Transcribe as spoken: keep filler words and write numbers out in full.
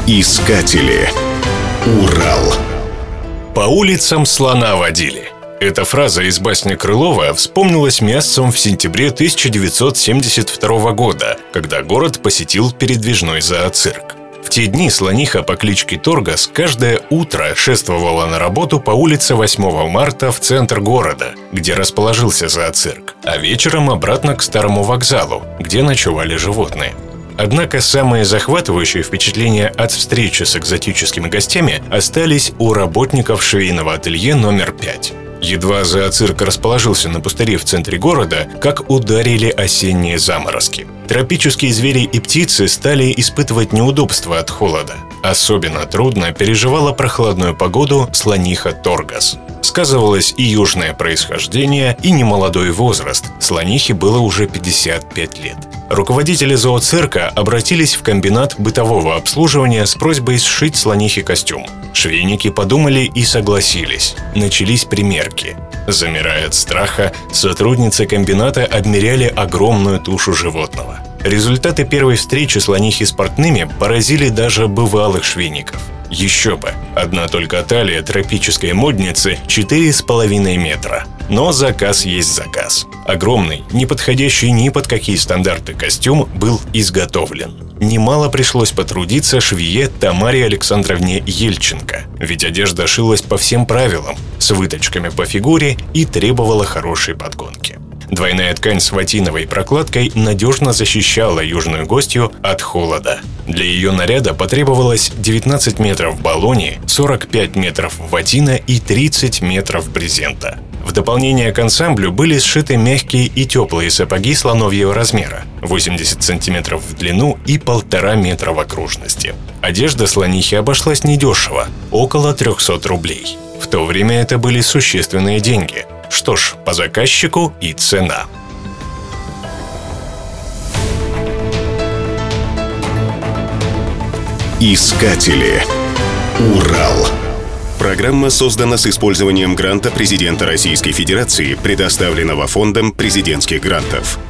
Искатели. Урал. По улицам слона водили. Эта фраза из басни Крылова вспомнилась Мясцом в сентябре тысяча девятьсот семьдесят второго года, когда город посетил передвижной зооцирк. В те дни слониха по кличке Торгас каждое утро шествовала на работу по улице восьмого марта в центр города, где расположился зооцирк, а вечером обратно к старому вокзалу, где ночевали животные. Однако самые захватывающие впечатления от встречи с экзотическими гостями остались у работников швейного ателье номер пять. Едва зооцирк расположился на пустыре в центре города, как ударили осенние заморозки. Тропические звери и птицы стали испытывать неудобства от холода. Особенно трудно переживала прохладную погоду слониха Торгас. Сказывалось и южное происхождение, и немолодой возраст. Слонихе было уже пятьдесят пять лет. Руководители зооцирка обратились в комбинат бытового обслуживания с просьбой сшить слонихе костюм. Швейники подумали и согласились. Начались примерки. Замирая от страха, сотрудницы комбината обмеряли огромную тушу животного. Результаты первой встречи слонихи с портными поразили даже бывалых швейников. Еще бы, одна только талия тропической модницы четыре с половиной метра. Но заказ есть заказ. Огромный, не подходящий ни под какие стандарты костюм был изготовлен. Немало пришлось потрудиться швее Тамаре Александровне Ельченко, ведь одежда шилась по всем правилам, с выточками по фигуре и требовала хорошей подгонки. Двойная ткань с ватиновой прокладкой надежно защищала южную гостью от холода. Для ее наряда потребовалось девятнадцать метров баллони, сорок пять метров ватина и тридцать метров брезента. В дополнение к ансамблю были сшиты мягкие и теплые сапоги слоновьего размера, восемьдесят сантиметров в длину и полтора метра в окружности. Одежда слонихи обошлась недешево, около трехсот рублей. В то время это были существенные деньги. Что ж, по заказчику и цена. Искатели. Урал. Программа создана с использованием гранта президента Российской Федерации, предоставленного Фондом президентских грантов.